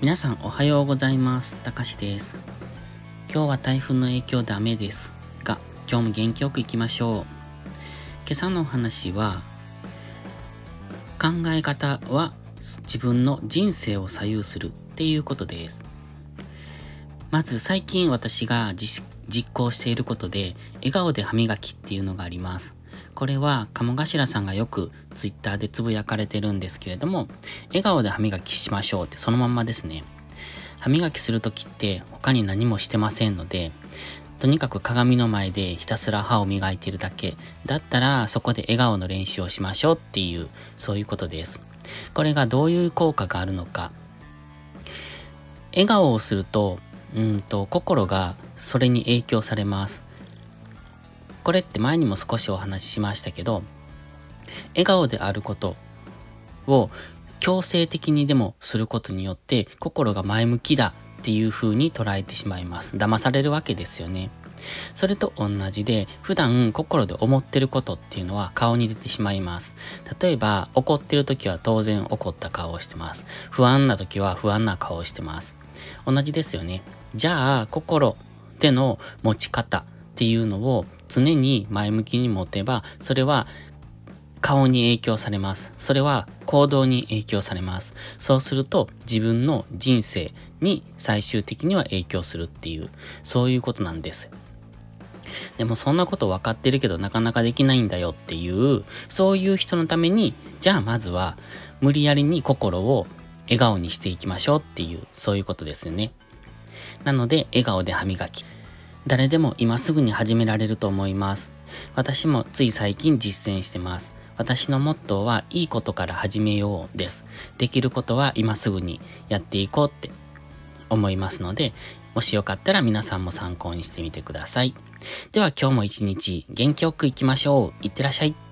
皆さんおはようございます。たかしです。今日は台風の影響で雨ですが、今日も元気よくいきましょう。今朝のお話は、考え方は自分の人生を左右するっていうことです。まず最近私が実行していることで、笑顔で歯磨きっていうのがあります。これは鴨頭さんがよくツイッターでつぶやかれてるんですけれども、笑顔で歯磨きしましょうってそのまんまですね。歯磨きするときって他に何もしてませんので、とにかく鏡の前でひたすら歯を磨いているだけだったら、そこで笑顔の練習をしましょうっていう、そういうことです。これがどういう効果があるのか。笑顔をすると、心がそれに影響されます。これって前にも少しお話ししましたけど、笑顔であることを強制的にでもすることによって心が前向きだっていう風に捉えてしまいます。騙されるわけですよね。それと同じで、普段心で思ってることっていうのは顔に出てしまいます。例えば、怒ってる時は当然怒った顔をしてます。不安な時は不安な顔をしてます。同じですよね。じゃあ、心での持ち方っていうのを常に前向きに持てば、それは顔に影響されます。それは行動に影響されます。そうすると自分の人生に最終的には影響するっていう、そういうことなんです。でもそんなこと分かってるけどなかなかできないんだよっていう、そういう人のために、じゃあまずは無理やりに心を笑顔にしていきましょうっていう、そういうことですよね。なので笑顔で歯磨き。誰でも今すぐに始められると思います。私もつい最近実践してます。私のモットーはいいことから始めようです。できることは今すぐにやっていこうって思いますので、もしよかったら皆さんも参考にしてみてください。では今日も一日元気よくいきましょう。いってらっしゃい。